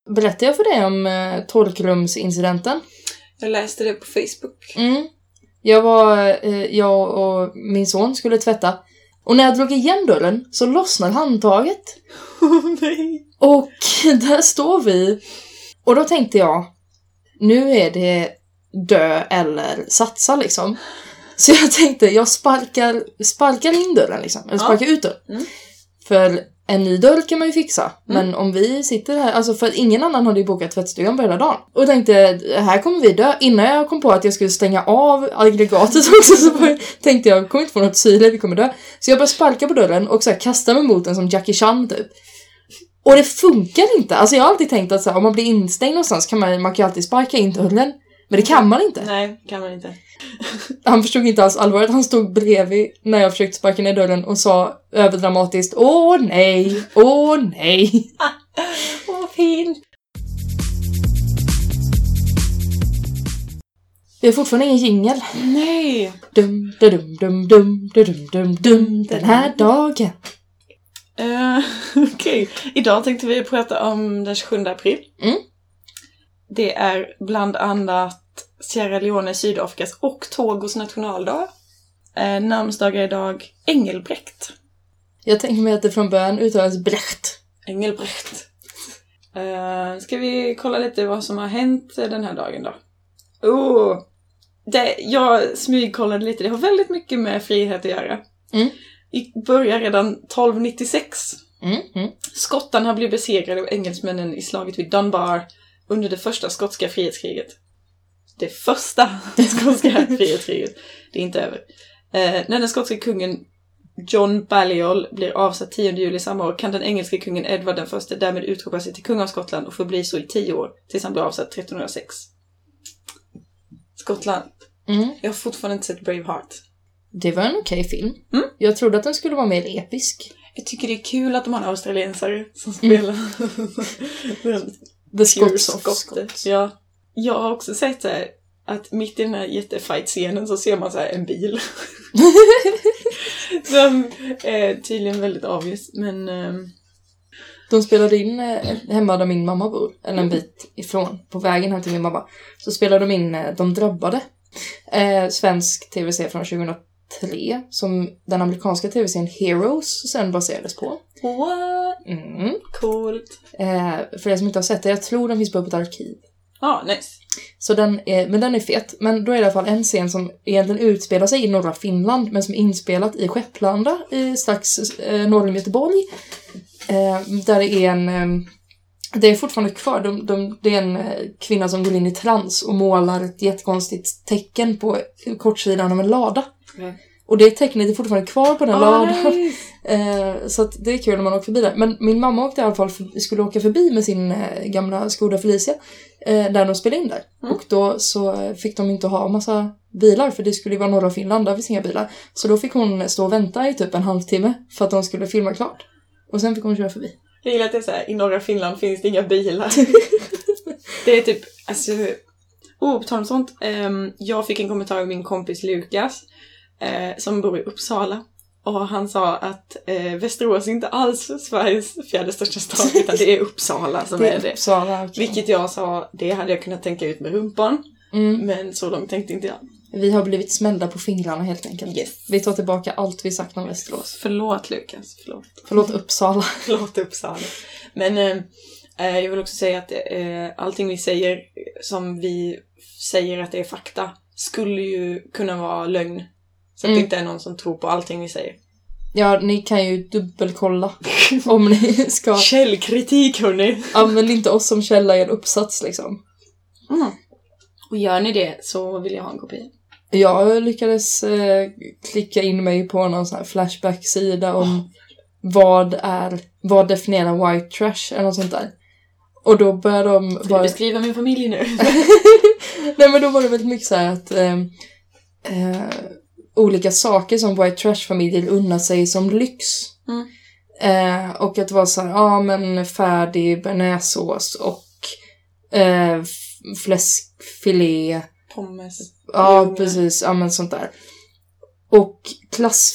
Berättade jag för dig om torkrumsincidenten? Jag läste det på Facebook. Jag och min son skulle tvätta. Och när jag drog igen dörren så lossnade handtaget. Nej. Och där står vi. Och då tänkte jag, nu är det dö eller satsa liksom. Så jag tänkte, jag sparkar in dörren liksom. Eller sparkar ut dörren. För en ny dörr kan man ju fixa. Men om vi sitter här, alltså för ingen annan hade ju bokat tvättstugan på hela dagen. Och tänkte, här kommer vi dö. Innan jag kom på att jag skulle stänga av aggregatet också så tänkte jag kommer inte få något syre, vi kommer dö. Så jag började sparka på dörren och så här kasta mig mot den som Jackie Chan typ. Och det funkar inte. Alltså jag har alltid tänkt att så här, om man blir instängd någonstans kan man kan ju alltid sparka in dörren. Men det kan man inte. Nej, kan man inte. Han förstod inte alls allvaret. Han stod bredvid när jag försökte sparka ner dörren och sa överdramatiskt, åh nej, åh nej. Åh, fint. Det är fortfarande ingen jingle. Nej. Dum, dum, dum, dum, dum, dum, dum, den här dagen. Okej. Idag tänkte vi prata om den 27 april. Det är bland annat Sierra Leone, Sydafrikas och Togos nationaldag. Namnsdagar idag Engelbrekt. Jag tänker mig att det från början uttalas Brecht. Engelbrekt. Ska vi kolla lite vad som har hänt den här dagen då? Jag smygkollade lite. Det har väldigt mycket med frihet att göra. Det börjar redan 1296. Skottarna blev besegrade av engelsmännen i slaget vid Dunbar under det första skotska frihetskriget. Det första skotska frihetskriget. Det är inte över. När den skotska kungen John Balliol blir avsatt 10 juli samma år kan den engelska kungen Edward den förste därmed utropa sig till kung av Skottland och förbli så i 10 år tills han blir avsatt 1306. Skottland. Jag har fortfarande inte sett Braveheart. Det var en okej film. Jag trodde att den skulle vara mer episk. Jag tycker det är kul att de har australiensare som spelar. The Scots of Scott. Ja. Jag har också sett så här, att mitt i den här jättefight-scenen så ser man så här en bil. Som är tydligen väldigt obvious. Men de spelade in hemma där min mamma bor. Eller en bit ifrån. På vägen hem till min mamma. Så spelade de in De drabbade. Svensk tv-serie från 2003. Som den amerikanska tv-serien Heroes sen baserades på. What? Coolt. För er som inte har sett det, jag tror den finns på ett arkiv. Nice. Så den är fet. Men då är det i alla fall en scen som egentligen utspelar sig i norra Finland. Men som är inspelat i Skepplanda strax norr om Göteborg. Där det är det är fortfarande kvar. Det är en kvinna som går in i trans och målar ett jättekonstigt tecken på kortsidan av en lada. Och det tecknet är fortfarande kvar på den ladan. Nice. Så att det är kul när man åker förbi där. Men min mamma åkte i alla fall skulle åka förbi med sin gamla Skoda Felicia. Där de spelade in där. Och då så fick de inte ha massa bilar. För det skulle ju vara norra Finland, där finns inga bilar. Så då fick hon stå och vänta i typ en halvtimme. För att de skulle filma klart. Och sen fick hon köra förbi. Jag gillar att det är så här, i norra Finland finns det inga bilar. Det är typ, alltså, på tal om sånt. Jag fick en kommentar av min kompis Lukas. Som bor i Uppsala. Och han sa att Västerås är inte alls Sveriges fjärde största stad. Utan det är Uppsala som är det. Uppsala, okay. Vilket jag sa, det hade jag kunnat tänka ut med rumpan. Men så långt tänkte inte jag. Vi har blivit smällda på fingrarna helt enkelt. Yes. Vi tar tillbaka allt vi sagt om Västerås. Förlåt Lukas, Förlåt Uppsala. Förlåt Uppsala. Men jag vill också säga att allting vi säger som vi säger att det är fakta skulle ju kunna vara lögn. Så att det inte är någon som tror på allting vi säger. Ja, ni kan ju dubbelkolla om ni ska... Källkritik, hörni. Använd inte oss som källa i en uppsats, liksom. Och gör ni det så vill jag ha en kopia. Jag lyckades klicka in mig på någon sån här Flashback-sida om vad definierar white trash eller något sånt där. Och då började de... Ska du beskriva min familj nu? Nej, men då var det väldigt mycket så här att... olika saker som white trash-familjer unnar sig som lyx. Och att det var så här, men färdig bearnaisesås och fläskfilé. Pommes. Ja, precis. Ja, men sånt där. Och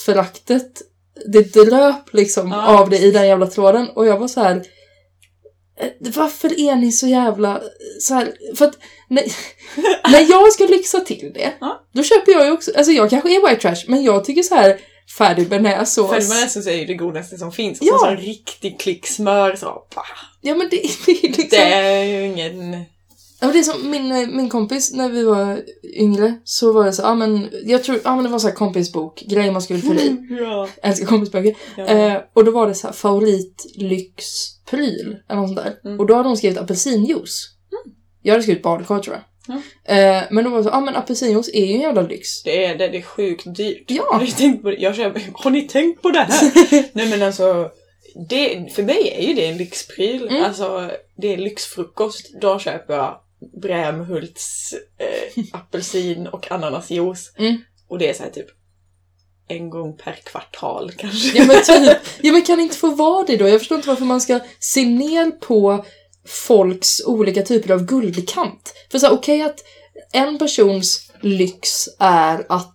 klassföraktet, det dröp liksom av det i den jävla tråden. Och jag var så här, varför är ni så jävla så här, för att när jag ska lyxa till det, då köper jag ju också, alltså jag kanske är white trash, men jag tycker så här färdig bearnaisesås. Färdig bearnaisesås är ju det godaste som finns. Och så en riktig klick smör så. Ja, men det är liksom... Det är ju ingen... Ja, det är som min kompis när vi var yngre, så var det så, men jag tror, men det var så här kompisbok, grejer man skulle fylla i. Ja. Jag älskar kompisböcker. Ja. Och då var det så här favoritlyxpryl eller något sånt där. Och då hade de skrivit apelsinjuice. Jag hade skrivit badkar, tror jag. Men då var det så, men apelsinjuice är ju en jävla lyx. Det är sjukt dyrt. Ja. Har ni tänkt på det här? Nej, men alltså, för mig är ju det en lyxpryl. Alltså, det är lyxfrukost. Då köper jag Brämhults apelsin och ananasjuice. Och det är så här typ en gång per kvartal kanske. Ja, men kan det inte få vara det då? Jag förstår inte varför man ska se ner på folks olika typer av guldkant. För så okej att en persons lyx är att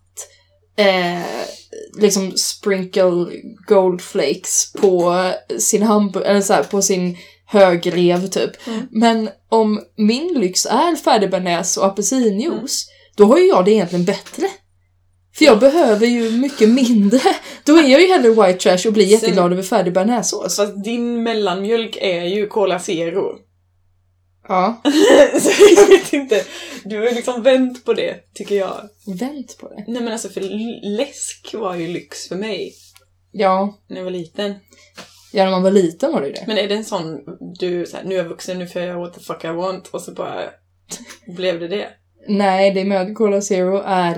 liksom sprinkle goldflakes på sin hamburgare, eller så här, på sin högrev typ. Men om min lyx är färdig bearnaise och apelsinjuice, då har ju jag det egentligen bättre. För jag behöver ju mycket mindre. Då är jag ju hellre white trash och blir jätteglad över färdig bearnaisesås. Fast din mellanmjölk är ju Cola Zero. Ja. Så jag vet inte. Du har liksom vänt på det, tycker jag. Vänt på det? Nej, men alltså, för läsk var ju lyx för mig. Ja. När jag var liten. Ja, när man var liten var det ju det. Men är det en sån, du så här, nu är jag vuxen, nu får jag what the fuck I want, och så bara blev det? Nej, det med Cola Zero är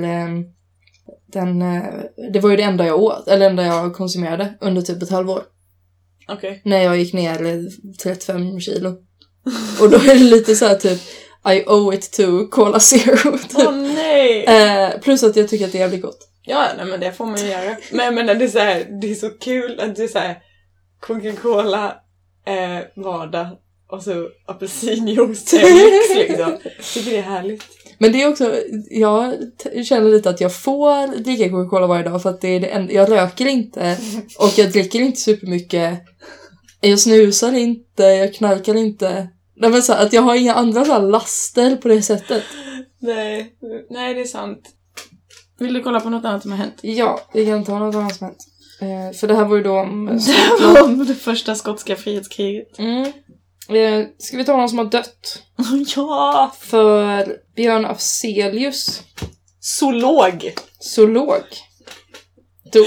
det var ju det enda jag åt, eller det enda jag konsumerade under typ ett halvår. Okej. När jag gick ner 35 kilo. Och då är det lite så här typ I owe it to Cola Zero typ. Nej! Plus att jag tycker att det är jävligt gott. Ja, nej, men det får man ju göra. Men det är så här, det är så kul att det är så här Coca-Cola vardag och så apelsinjuice liksom. Jag tycker det är härligt. Men det är också, jag känner lite att jag får dricka Coca-Cola varje dag för att det är det enda, jag röker inte och jag dricker inte supermycket. Jag snusar inte, jag knarkar inte. Nej, men så att jag har inga andra så här laster på det sättet. Nej, det är sant. Vill du kolla på något annat som har hänt? Ja, vi kan ta något annat som har hänt. För det här var ju då om det första skotska frihetskriget. Ska vi ta någon som har dött? Ja! För Björn Afzelius. Zoolog. Dog.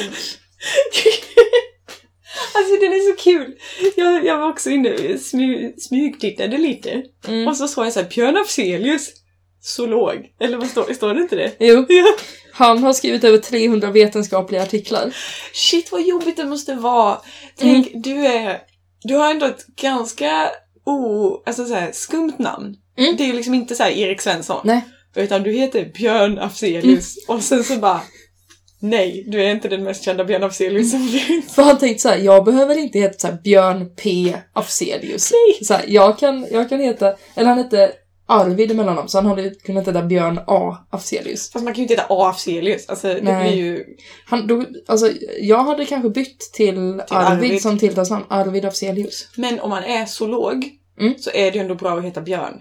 Alltså den är så kul. Jag var också inne och smygtittade lite. Och så såg jag så här, Björn Afzelius, zoolog. Eller vad står det inte det? Jo. Ja. Han har skrivit över 300 vetenskapliga artiklar. Shit, vad jobbigt det måste vara. Tänk, du har ändå ett ganska alltså så här, skumt namn. Det är ju liksom inte så här Erik Svensson. Nej. Utan du heter Björn Afzelius. Och sen så bara, nej, du är inte den mest kända Björn Afzelius som finns. För han tänkte så här, jag behöver inte heta så här Björn P. Afzelius. Nej. Så här, jag kan heta, eller han hette Arvid emellan dem, så han hade kunnat heta Björn A. Afzelius. Fast man kan ju inte heta A. Afzelius. Alltså, det blir ju... Jag hade kanske bytt till Arvid som tilltalsnamn. Arvid Afzelius. Men om man är zoolog så är det ju ändå bra att heta Björn.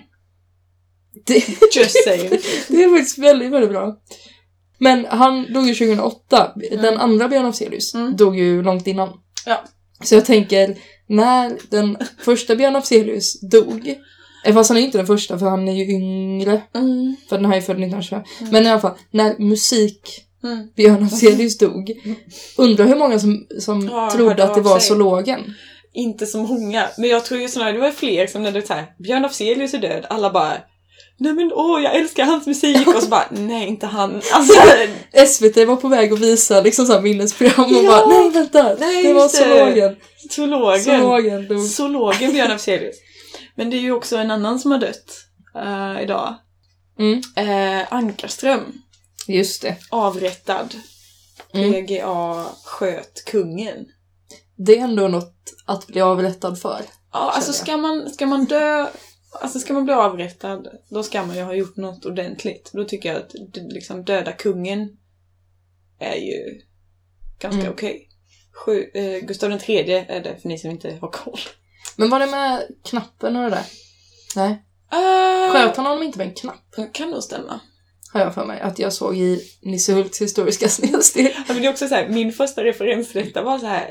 Just saying. Det är faktiskt väldigt, väldigt bra. Men han dog ju 2008. Den andra Björn Afzelius dog ju långt innan. Ja. Så jag tänker, när den första Björn Afzelius dog, fast han är inte den första för han är ju yngre. För den här är född 1925. Men i alla fall, när Björn Afzelius dog, undrar hur många som trodde att det var zoologen. Inte så många. Men jag tror ju det var fler som när det så här, Björn Afzelius är död. Alla bara, nej men jag älskar hans musik. Och så bara, nej inte han. Alltså, SVT var på väg att visa liksom så här minnesprogram och bara, nej vänta, det var zoologen. Zoologen Björn Afzelius. Men det är ju också en annan som har dött idag. Ankarström. Just det. Avrättad. PGA sköt kungen. Det är ändå något att bli avrättad för. Ja, alltså ska man dö, alltså ska man bli avrättad, då ska man ju ha gjort något ordentligt. Då tycker jag att liksom döda kungen är ju ganska okej. Gustav III är det, för ni som inte har koll. Men var det med knappen och det där? Nej. Sköt han honom inte med en knapp? Kan nog stämma. Har jag för mig att jag såg i Nisse Hults historiska snedsteg. Ja, men det är också så här, min första referens till detta var så här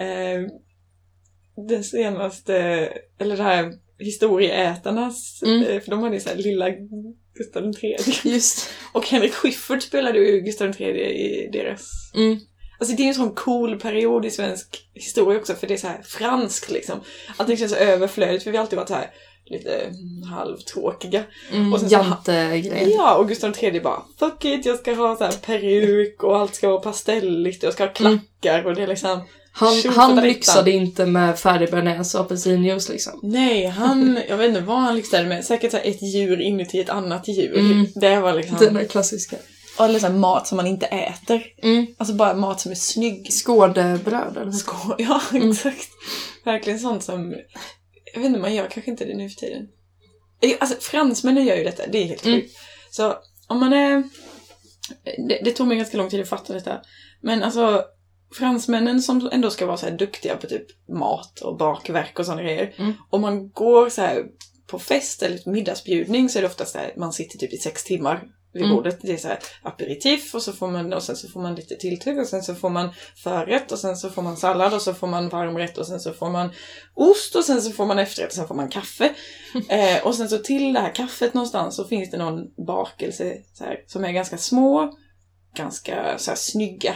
den senaste, eller det här historieätarnas, för de hade ju så här lilla Gustav III. Just. Och Henrik Schyffert spelade ju Gustav III i deras. Alltså det är en sån cool period i svensk historia också, för det är så här fransk liksom. Allting känns så överflödigt, för vi har alltid varit så här lite halvtråkiga. Och sen jantegrej. Ja, och Gustav III bara, fuck it, jag ska ha så här peruk och allt ska vara pastelligt och jag ska ha klackar och det är liksom... Han lyxade inte med färdig bearnaise och apelsinjuice liksom. Nej, jag vet inte vad han lyxade med. Säkert så här ett djur inuti ett annat djur. Det var liksom... Den är klassiska. Eller så här mat som man inte äter. Alltså bara mat som är snygg. Skådebröd eller? Ja, exakt. Verkligen sånt som... Jag vet inte, man gör kanske inte det nu för tiden. Alltså fransmännen gör ju detta, det är helt sjukt. Så om man är... Det tog mig ganska lång tid att fatta detta. Men alltså... Fransmännen som ändå ska vara så här duktiga på typ mat och bakverk och sådana grejer. Om man går så här på fest eller middagsbjudning så är det oftast där man sitter typ i 6 timmar vid bordet. Det är så här aperitif och sen så får man lite tilltugg och sen så får man förrätt och sen så får man sallad och så får man varmrätt och sen så får man ost och sen så får man efterrätt och sen får man kaffe. Och sen så till det här kaffet någonstans så finns det någon bakelse så här, som är ganska små, ganska så här snygga.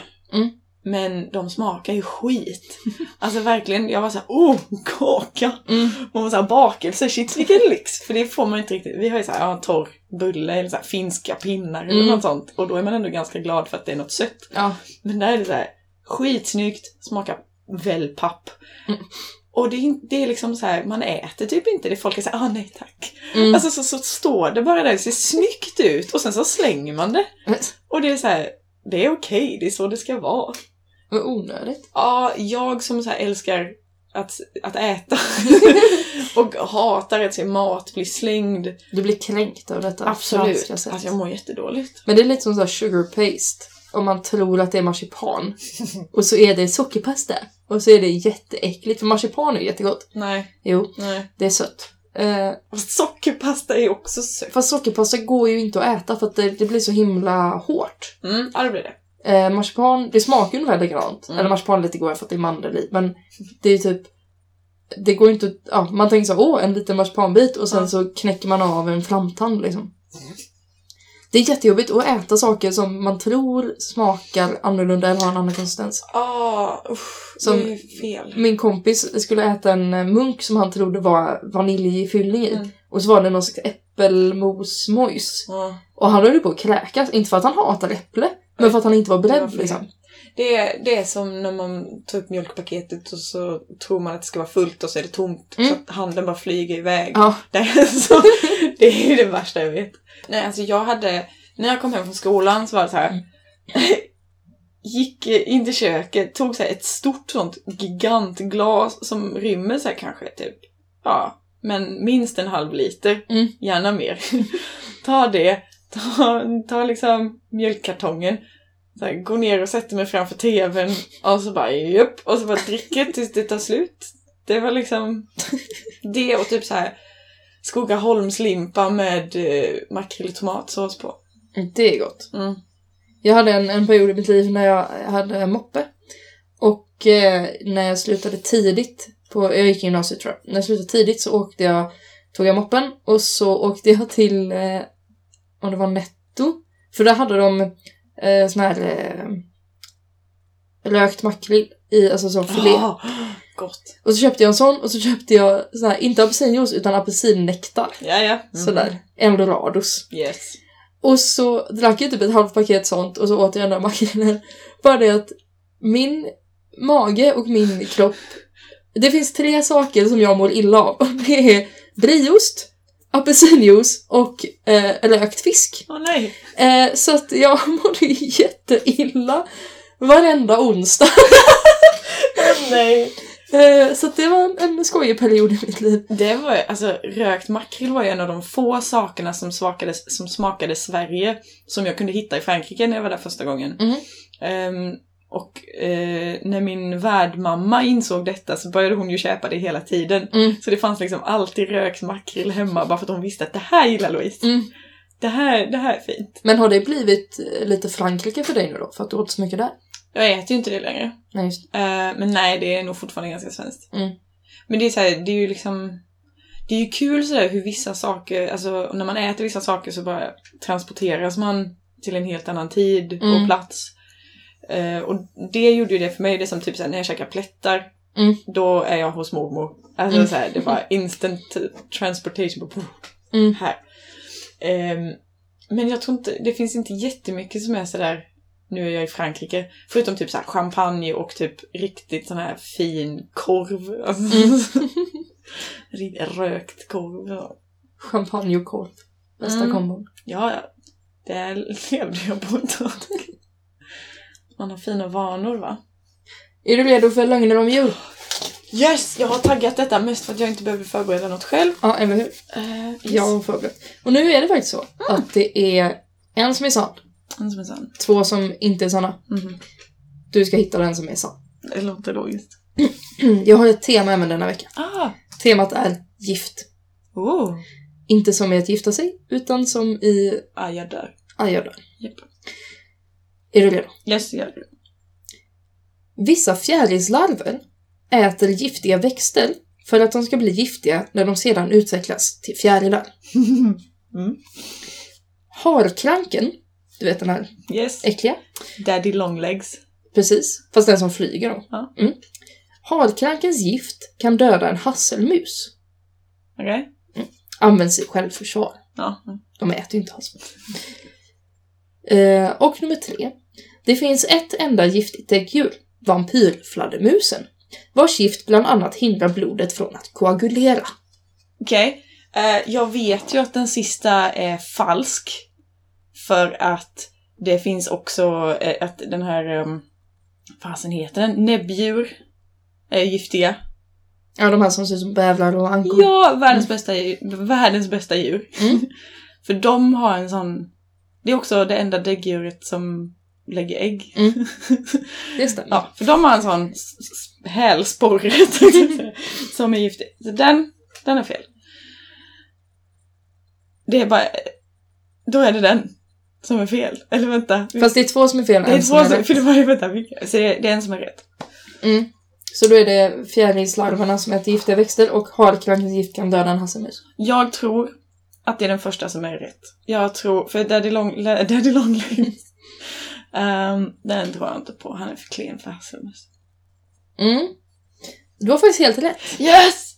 Men de smakar ju skit. Alltså verkligen, jag var så här, kaka. Och man så här, bakelse, shit vilken lyx. För det får man inte riktigt. Vi har ju så här, torr bulle eller så här, finska pinnar eller något sånt. Och då är man ändå ganska glad för att det är något sött. Ja. Men där är det så här, skitsnyggt, smakar wellpapp. Och det är liksom så här, man äter typ inte det. Folk är så här, nej tack. Alltså så står det bara där, det ser snyggt ut. Och sen så slänger man det. Och det är så här, det är okej, det är så det ska vara. Vad onödigt. Ja, jag som så här älskar att äta och hatar att se mat bli slängd. Du blir kränkt av detta. Absolut, alltså jag mår jättedåligt. Men det är lite som så här sugar paste. Om man tror att det är marsipan. Och så är det sockerpasta. Och så är det jätteäckligt. För marsipan är jättegott. Nej. Jo, nej. Det är sött. Fast sockerpasta är också sött. Fast sockerpasta går ju inte att äta för att det blir så himla hårt. Ja, det blir det. Marsipan, det smakar ju ungefär likadant. Eller marsipan är lite godare för att det är mandel i. Men det är typ... Det går ju inte... Ja, man tänker så en liten marsipanbit och sen så knäcker man av en framtand liksom. Det är jättejobbigt att äta saker som man tror smakar annorlunda eller har en annan konsistens. Det är fel. Min kompis skulle äta en munk som han trodde var vaniljfyllning i. Och så var det någon slags äppelmosmojs. Och han höll på att kräkas. Inte för att han hatar äpple, men för att han inte var beredd liksom. Det är som när man tar upp mjölkpaketet och så tror man att det ska vara fullt och så är det tomt. Så att handen bara flyger iväg. Ja. Det är ju det värsta jag vet. Nej, alltså när jag kom hem från skolan så var det så här. Gick in till köket, tog så här ett stort sånt gigantglas som rymmer så här kanske typ, men minst en halv liter. Gärna mer. Ta det. Ta liksom mjölkkartongen. Så här, gå ner och sätter mig framför tvn. Och så bara, och så bara dricker tills det tar slut. Det var liksom det och typ så här Skogaholmslimpa med makrill och tomatsås på. Det är gott. Jag hade en period i mitt liv när jag hade en moppe. Och när jag slutade tidigt jag gick i gymnasiet tror jag. När jag slutade tidigt så tog jag moppen. Och så åkte jag till om det var Netto. För där hade de sån här rökt makrill i, alltså sån filé. Gott. Och så köpte jag en sån och så köpte jag så här, inte apelsinjuice utan apelsinnektar. Ja. Sådär, Eldorados. Yes. Och så drack jag typ ett halvt paket sånt och så åt jag den där makrillen. Bara det att min mage och min kropp, det finns 3 saker som jag mår illa av. Och det är brieost, apelsinjuice och rökt fisk. Nej. Så att jag mådde jätteilla varenda onsdag. Nej. Så att det var en skojig period i mitt liv. Det var alltså rökt makrill var ju en av de få sakerna som smakade Sverige som jag kunde hitta i Frankrike när jag var där första gången. Och när min värdmamma insåg detta så började hon ju köpa det hela tiden. Så det fanns liksom alltid rökt makrill hemma bara för att hon visste att det här gillar Louise. Det här är fint. Men har det blivit lite Frankrike för dig nu då? För att du åt så mycket där? Jag äter ju inte det längre. Nej, just. Men nej, det är nog fortfarande ganska svenskt. Men det är så här, det är ju liksom... Det är ju kul sådär hur vissa saker... Alltså när man äter vissa saker så bara transporteras man till en helt annan tid och plats. Och det gjorde ju det för mig. Det är som typ såhär, när jag käkar plättar. Då är jag hos mormor. Alltså såhär, det var instant transportation på här. Men jag tror inte... Det finns inte jättemycket som är sådär... Nu är jag i Frankrike. Förutom typ så här champagne och typ riktigt sån här fin korv. Alltså, rökt korv. Ja. Champagne och korv. Bästa kombon. Ja. Det levde jag på ett tag. Man har fina vanor, va? Är du redo för lögner om jul? Yes! Jag har taggat detta mest för att jag inte behöver förbereda något själv. Ja, eller hur? Yes. Jag har förberett. Och nu är det faktiskt så att det är en som är sann. En som är sann. 2 som inte är sanna. Du ska hitta den som är sann. Det låter logiskt. Jag har ett tema även denna vecka. Temat är gift. Inte som i att gifta sig, utan som i... Jag dör. Jag dör. Yep. Är du redo? Yes, jag är redo. Vissa fjärilslarver äter giftiga växter för att de ska bli giftiga när de sedan utvecklas till fjärilar. Harkranken, du vet den här äckliga. Daddy longlegs. Precis, fast den som flyger då. Harkrankens gift kan döda en hasselmus. Okej. Används i självförsvar. De äter ju inte hasselmus. Och nummer 3. Det finns ett enda giftigt däggdjur, vampyrfladdermusen, vars gift bland annat hindrar blodet från att koagulera. Okej. Jag vet ju att den sista är falsk. För att det finns också att den här... Fasen heter den? Näbbdjur är giftiga. Ja, de här som ser ut som bävlar och ankor. Ja, världens bästa djur. För de har en sån... Det är också det enda däggdjuret som lägger ägg. Det stämmer. Ja, för de har en sån hälsporre som är giftig. Så den är fel. Det är bara... Då är det den som är fel. Eller vänta. Fast det är 2 som är fel. Det är 2 som är rätt. För det var ju vänta. Så det är en som är rätt. Så då är det fjärilslarverna som äter giftiga växter och harkrankens gift kan döda en hasselmus. Jag tror att det är den första som är rätt. Jag tror... För Daddy Longlegs. Den tror jag inte på. Han är för klen för hasselmus. Du har faktiskt helt rätt. Yes!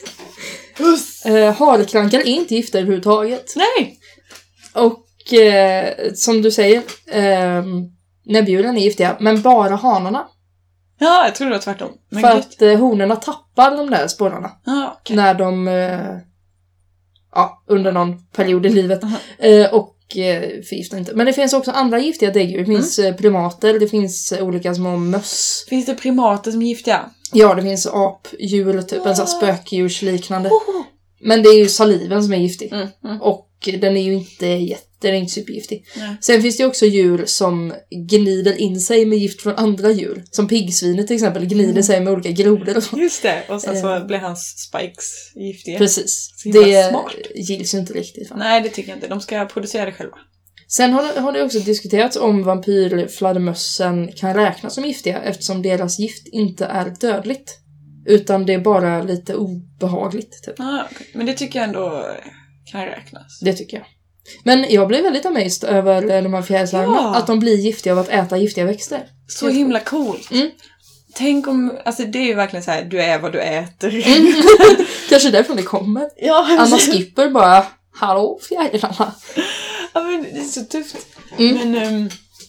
Harkrankar är inte gifta överhuvudtaget. Nej! Och som du säger, näbbdjuren är giftiga, men bara hanarna. Ja, jag tror det var tvärtom. Men för att honorna tappar de där sporrarna. Okay. När de... under någon period i livet. Och förgiftar inte. Men det finns också andra giftiga däggdjur. Det finns primater, det finns olika små möss. Finns det primater som är giftiga? Ja, det finns apdjur, typ en sån spökdjursliknande. Men det är ju saliven som är giftig. Och den är ju inte den är inte supergiftig. Sen finns det också djur som gnider in sig med gift från andra djur. Som piggsvinet till exempel gnider sig med olika grodor och så. Just det, och sen så blir hans spikes giftiga. Precis. Det gills ju inte riktigt. Va? Nej, det tycker jag inte. De ska producera det själva. Sen har det också diskuterats om vampyrfladdermössen kan räknas som giftiga eftersom deras gift inte är dödligt. Utan det är bara lite obehagligt. Typ. Okay. Men det tycker jag ändå kan räknas. Det tycker jag. Men jag blev väldigt amazed över de här fjärilslarverna. Att de blir giftiga av att äta giftiga växter. Så himla coolt. Tänk om, alltså det är ju verkligen så här, du är vad du äter. Kanske därifrån det kommer. Ja, Anna Skipper bara, hallå fjärilarna. Ja, men det är så tufft. Men,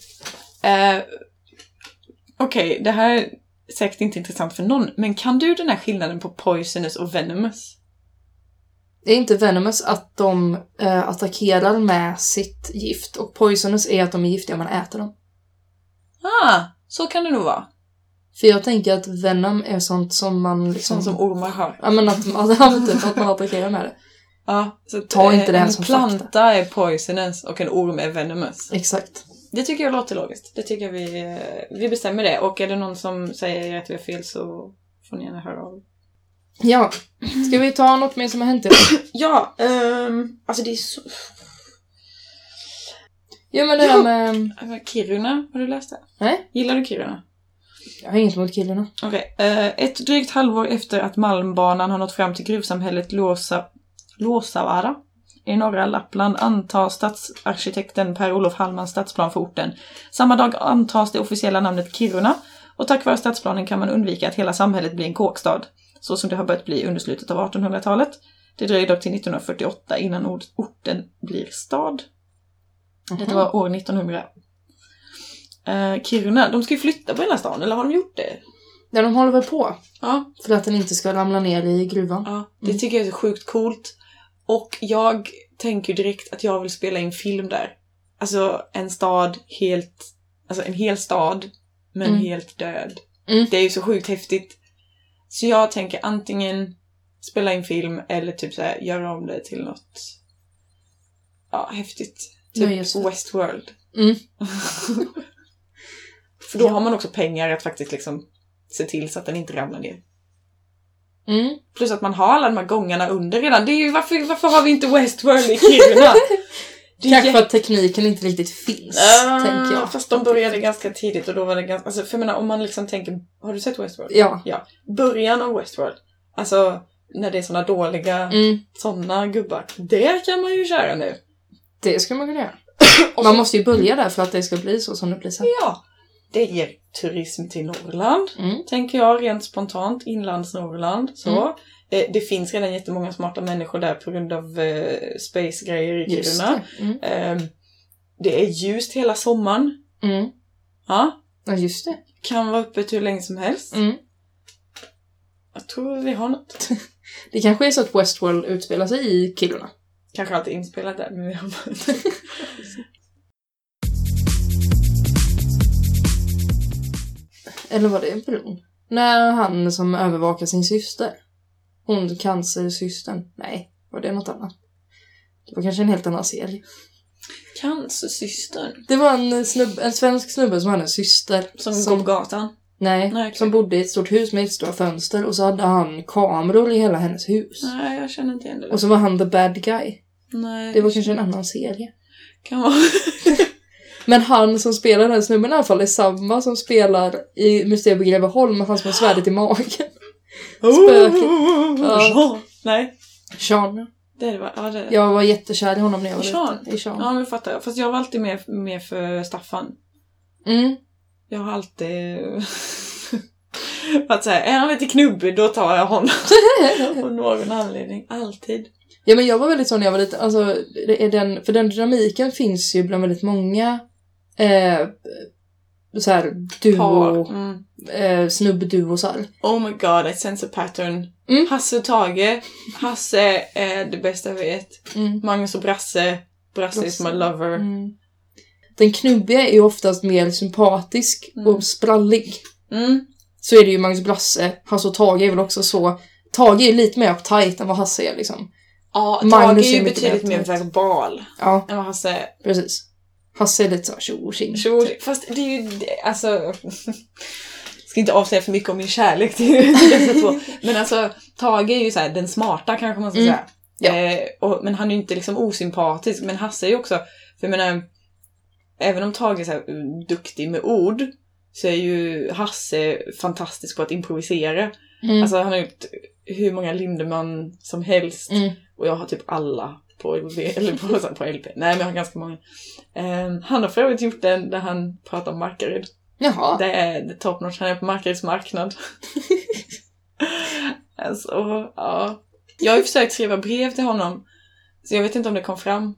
okej, det här är säkert inte intressant för någon. Men kan du den här skillnaden på poisonous och venomous? Det är inte venomous att de attackerar med sitt gift. Och poisonous är att de är giftiga om man äter dem. Så kan det nog vara. För jag tänker att venom är sånt som man... Liksom, sånt som ormar har. Ja, men att man attackerar med det. Ja, så ta inte det här en som planta fakta. är poisonous och en orm är venomous. Exakt. Det tycker jag låter logiskt. Det tycker jag vi bestämmer det. Och är det någon som säger att vi har fel så får ni gärna höra av. Ja, ska vi ta något mer som har hänt idag? Ja, alltså det är så... Ja, men det här med... Kiruna, har du läst det? Nej. Gillar du Kiruna? Jag har inget mot Kiruna. Okej. Ett drygt halvår efter att Malmbanan har nått fram till gruvsamhället Luossavaara i norra Lappland antar stadsarkitekten Per-Olof Hallman stadsplan för orten. Samma dag antas det officiella namnet Kiruna och tack vare stadsplanen kan man undvika att hela samhället blir en kåkstad, så som det har börjat bli under slutet av 1800-talet. Det dröjer dock till 1948 innan orten blir stad. Det var år 1900. Kiruna, de ska ju flytta på hela stan, eller har de gjort det? Ja, de håller väl på. Ja. För att den inte ska ramla ner i gruvan. Ja, det tycker jag är så sjukt coolt. Och jag tänker direkt att jag vill spela in film där. Alltså en stad helt... Alltså en hel stad, men helt död. Det är ju så sjukt häftigt. Så jag tänker antingen spela in film eller typ så här, göra om det till något... Ja, häftigt. Typ Westworld. För då har man också pengar att faktiskt liksom se till så att den inte ramlar ner. Plus att man har alla de här gångarna under redan. Det är ju varför har vi inte Westworld i Kiruna? Kanske för att tekniken inte riktigt finns, tänker jag. Fast de började ganska tidigt och då var det ganska... Alltså, för jag menar, om man liksom tänker... Har du sett Westworld? Ja. Början av Westworld. Alltså, när det är såna dåliga såna gubbar. Det kan man ju köra nu. Det ska man kunna göra. Man måste ju börja där för att det ska bli så som det blir sen. Ja. Det ger turism till Norrland, tänker jag, rent spontant. Inlands-Norrland. Så. Det finns redan jättemånga smarta människor där på grund av space-grejer i Kiruna. Det är ljust hela sommaren. Ja, just det. Kan vara öppet hur länge som helst. Jag tror vi har något. Det kanske är så att Westworld utspelar sig i Kiruna. Kanske alltid inspelat där, men vi har Eller var det en bron? När han som övervakar sin syster. Hon cancersystern. Nej, var det något annat? Det var kanske en helt annan serie. Cancersystern? Det var en svensk snubbe som hade en syster. Som går på gatan? Nej, okay. Som bodde i ett stort hus med ett stort fönster. Och så hade han kameror i hela hennes hus. Nej, jag känner inte igen det. Och så var han the bad guy. Nej. Det var kanske en annan serie. Kan vara. Men han som spelar den här snubben i alla fall är samma som spelar i Mysteriet på Greveholm. Han som har svärdet i magen. Spöket. Ja. Nej. Sean. Det var, ja, det. Jag var jättekär i honom när jag var liten. I Sean? Ja, men fattar jag. Fast jag var alltid med för Staffan. Jag har alltid... att säga, är han lite knubbig, då tar jag honom. Av någon anledning. Alltid. Ja, men jag var väldigt sån när jag var liten. Alltså, för den dynamiken finns ju bland väldigt många så här duo snubbduosar. Oh my god, I sense a pattern. Hasse och Tage. Hasse är det bästa jag vet. Magnus och Brasse. Brasse is my lover. Den knubbiga är ju oftast mer sympatisk och sprallig. Så är det ju Magnus Brasse. Hasse och Tage är väl också så. Tage är lite mer uptight än vad Hasse är liksom. Ja, Tage är ju betydligt mer verbal än vad Hasse är. Precis. Hasse är lite så tjo-tjing. Fast det är ju, alltså... jag ska inte avsäga för mycket om min kärlek till dessa två. Men alltså, Tage är ju så här, den smarta kanske man ska säga. Ja. Men han är ju inte liksom osympatisk. Men Hasse är ju också, för jag menar, även om Tage är så här duktig med ord, så är ju Hasse fantastisk på att improvisera. Alltså han har gjort hur många Lindemann som helst. Och jag har typ alla på LP. Nej, men jag har ganska många. Han har för övrigt gjort den där han pratar om Markaryd. Jaha. Det är top notch. Han är på Markaryds marknad. Alltså, ja. Jag har ju försökt skriva brev till honom. Så jag vet inte om det kom fram.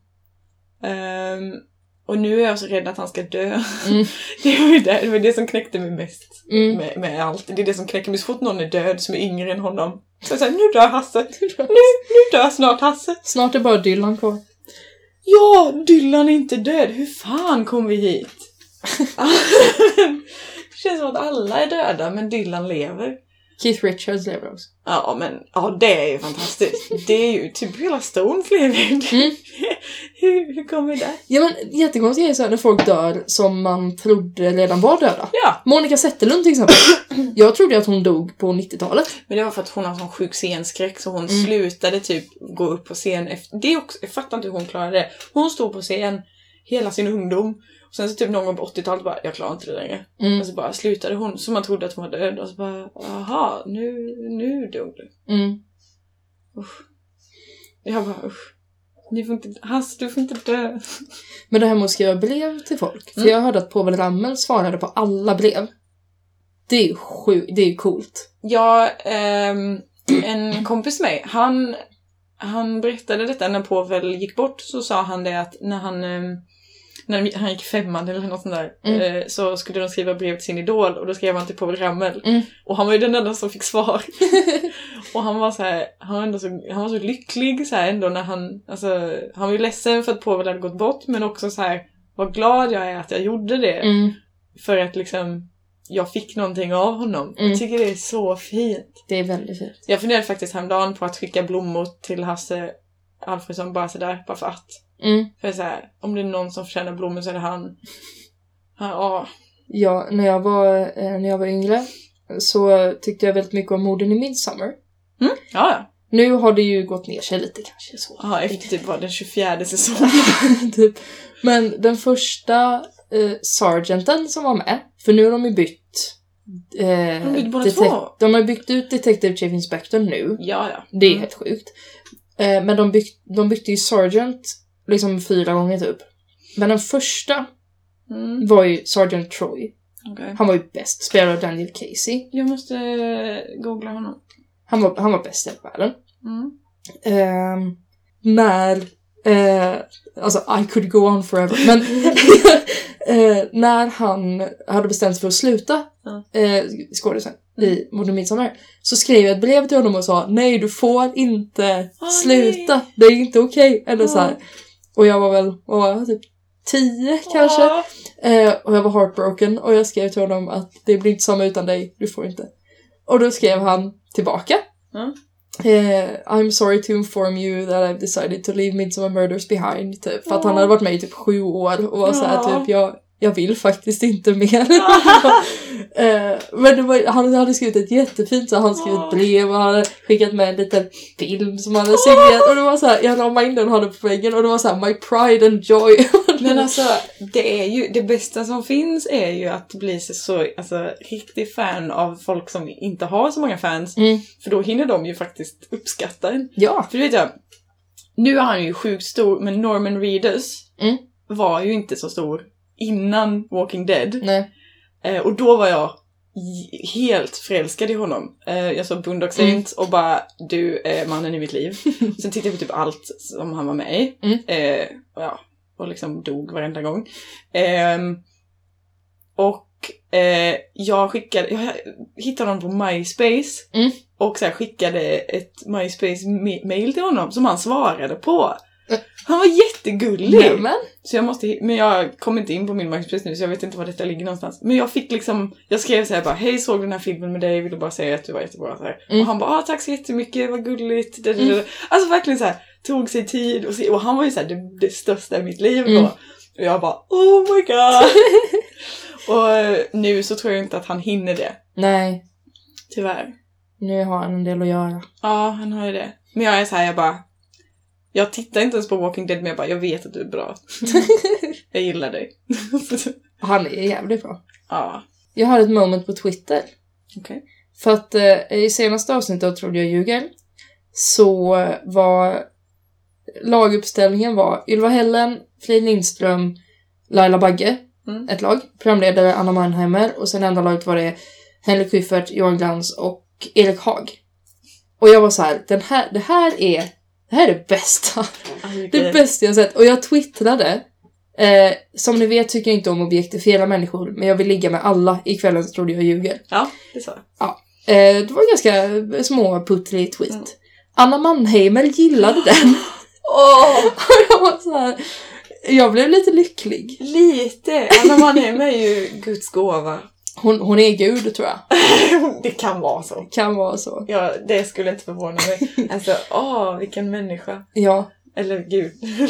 Och nu är jag så rädd att han ska dö. Det var det som knäckte mig mest. Med allt. Det är det som knäcker mig. Så fort någon är död som är yngre än honom. Så jag säger, nu dör Hasse. Nu dör snart Hasse. Snart är bara Dylan kvar. Ja, Dylan är inte död. Hur fan kom vi hit? Det känns som att alla är döda, men Dylan lever. Keith Richards lever också. Ja, men det är ju fantastiskt. Det är ju typ hela Stones lever. Hur kommer det? Ja, men jättekonstigt är så här när folk dör som man trodde redan var döda. Ja. Monica Zetterlund till exempel. Jag trodde att hon dog på 90-talet. Men det var för att hon har sån sjuk scenskräck så hon slutade typ gå upp på scen efter. Det är också, jag fattar inte hur hon klarade det. Hon stod på scen hela sin ungdom. Och sen så typ någon gång på 80-talet bara, jag klarar inte det längre. Och så bara slutade hon, så man trodde att hon var död. Och så bara, aha, nu dog du. Usch. Jag bara, usch. Du får inte dö. Men det här med att skriva brev till folk. För jag hörde att Povel Ramel svarade på alla brev. Det är ju det är ju coolt. Ja, en kompis med mig, han berättade detta när Povel gick bort, så sa han det att när han gick 5:an eller något sånt där, så skulle de skriva brev till sin idol och då skrev han till Povel Ramel. Och han var ju den enda som fick svar. Och han var så här, han var så lycklig så här ändå när han var ju ledsen för att Povel hade gått bort, men också så här, vad glad jag är att jag gjorde det. För att liksom jag fick någonting av honom. Jag tycker det är så fint. Det är väldigt fint. Jag funderade faktiskt häromdagen på att skicka blommor till Hasse Alfredsson bara sådär, bara för att. För så här, om det är någon som förtjänar blommor så är det han. Ja, när jag var yngre så tyckte jag väldigt mycket om morden i Midsommar. Ja. Nu har det ju gått ner sig lite kanske så. Ja, efter typ var den 24:e säsongen. Typ. Men den första sergeanten som var med, för nu har de ju bytt de har byggt ut Detective Chief Inspector nu. Ja. Det är helt sjukt. Men de bytte ju sergeant liksom 4 gånger typ. Men den första var ju Sergeant Troy. Okay. Han var ju bäst, spelad av Daniel Casey. Jag måste googla honom. Han var bäst i världen. Alltså I could go on forever. Men när han hade bestämt sig för att sluta skådisen i Morden Midsommar, så skrev jag ett brev till honom och sa, nej, du får inte sluta. Nej. Det är inte okej. Eller så här. Och jag var väl typ 10 kanske. Och jag var heartbroken. Och jag skrev till honom att det blir inte samma utan dig. Du får inte. Och då skrev han tillbaka. I'm sorry to inform you that I've decided to leave Midsommar Murders behind. Typ, för att han hade varit med i typ 7 år. Och var så här typ, jag vill faktiskt inte mer. Men han hade skrivit ett jättefint, så han skrivit brev och han hade skickat med en liten film som han hade signerat. Och det var så här, jag ramade in den och hade på väggen och det var så här, my pride and joy. Men alltså, det är ju, det bästa som finns är ju att bli så riktigt fan av folk som inte har så många fans. För då hinner de ju faktiskt uppskatta en. Ja. För du vet jag, nu är han ju sjukt stor, men Norman Reedus var ju inte så stor innan Walking Dead. Nej. Och då var jag helt förälskad i honom. Jag såg Boondock Saints och bara, du är mannen i mitt liv. Sen tittade jag på typ allt som han var med i. Och liksom dog varenda gång. Jag hittade honom på MySpace. Och så här skickade ett MySpace-mail till honom som han svarade på. Han var jättegullig. Nämen. Så men jag kom inte in på min MySpace nu, så jag vet inte var detta ligger någonstans. Men jag fick liksom, jag skrev så här bara, hej, såg den här filmen med dig, ville bara säga att du var jättebra så här. Och han bara, tack så jättemycket, vad gulligt. Alltså verkligen så här, tog sig tid och han var ju så här det största i mitt liv då. Och jag bara, oh my god. Och nu så tror jag inte att han hinner det. Nej. Tyvärr. Nu har han en del att göra. Ja, han har ju det. Men jag är så här, jag tittar inte ens på Walking Dead, men jag vet att du är bra. Jag gillar dig. Han är jävligt bra. Ja. Jag hade ett moment på Twitter. Okej. För att i senaste avsnittet av Trodde jag ljuger, så var laguppställningen var Ylva Hällen, Frid Lindström, Laila Bagge, ett lag. Programledare Anna Mannheimer, och sen andra laget var det Henrik Schyffert, Johan Glans och Erik Haag. Och jag var så här, det här är det bästa. Det bästa jag sett. Och jag twittrade. Som ni vet tycker jag inte om att objektifiera människor. Men jag vill ligga med alla i kvällen så Trodde jag ljuger. Ja, det sa jag. Ja. Det var en ganska småputtrig tweet. Anna Mannheimer gillade den. Jag var så här, jag blev lite lycklig. Lite. Anna Mannheimer är ju Guds gåva. Hon är gud, tror jag. Det kan vara så. Kan vara så. Ja, det skulle inte förvåna mig. Alltså, vilken människa. Ja. Eller gud.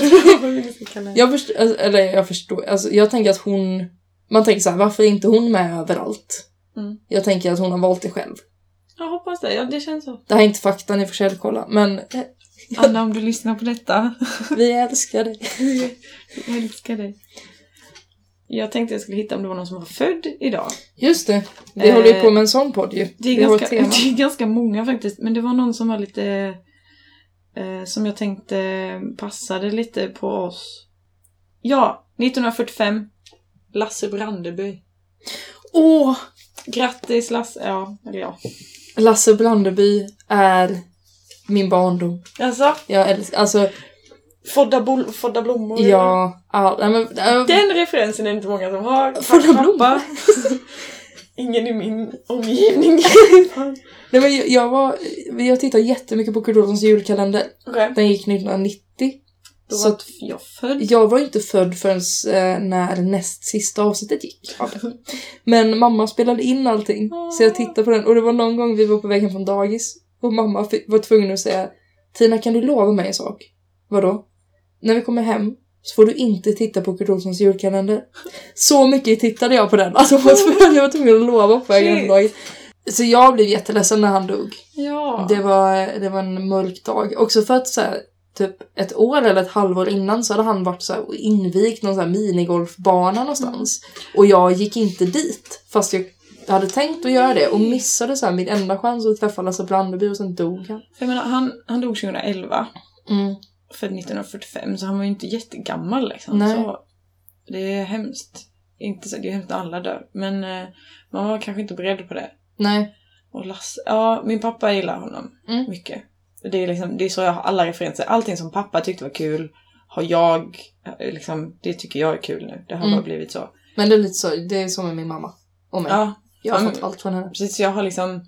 Jag förstår. Alltså, jag tänker att man tänker så här, varför är inte hon med överallt? Jag tänker att hon har valt det själv. Jag hoppas det, ja, det känns så. Det här är inte fakta, ni får källkolla, men... Anna, om du lyssnar på detta. Vi älskar dig. Vi älskar dig. Jag tänkte jag skulle hitta om det var någon som var född idag. Just det. Vi håller ju på med en sån podd ju. Det är ganska många faktiskt. Men det var någon som var lite... som jag tänkte passade lite på oss. Ja, 1945. Lasse Brandeby. Grattis Lasse. Ja. Lasse Brandeby är min barndom. Jag älskar... Alltså... Fodda blommor. Ja. Den referensen är inte många som har. Fodda blommor. Ingen i min omgivning. Nej, men jag tittade jättemycket på Kurt Olssons julkalender. Okay. Den gick 1990. Då var jag född. Jag var inte född förrän när näst sista avsnittet gick. Men mamma spelade in allting. Så jag tittade på den. Och det var någon gång vi var på väg hem från dagis. Och mamma var tvungen att säga: Tina, kan du lova mig en sak? Vadå? När vi kommer hem så får du inte titta på Kurt Olssons julkalender. Så mycket tittade jag på den. Alltså jag var tvungen att lova på vägen hem från dagis. Så jag blev jätteledsen när han dog. Ja. Det var en mörk dag. Också för att så här, typ ett år eller ett halvår innan så hade han varit så här invigt någon så här minigolfbana någonstans. Och jag gick inte dit. Fast jag hade tänkt att göra det. Och missade så här min enda chans att träffa Lasse Brandeby och sen dog han. Jag menar, han dog 2011. För 1945. Så han var ju inte jättegammal liksom. Nej. Så det är hemskt. Inte så, det är hemskt när alla dör. Men man var kanske inte beredd på det. Nej. Och Lasse, min pappa gillar honom mycket. Det är så jag har alla referenser. Allting som pappa tyckte var kul har jag liksom, det tycker jag är kul nu. Det har bara blivit så. Men det är lite så, det är som med min mamma och mig. Ja, jag har fått allt från henne. Precis, jag har liksom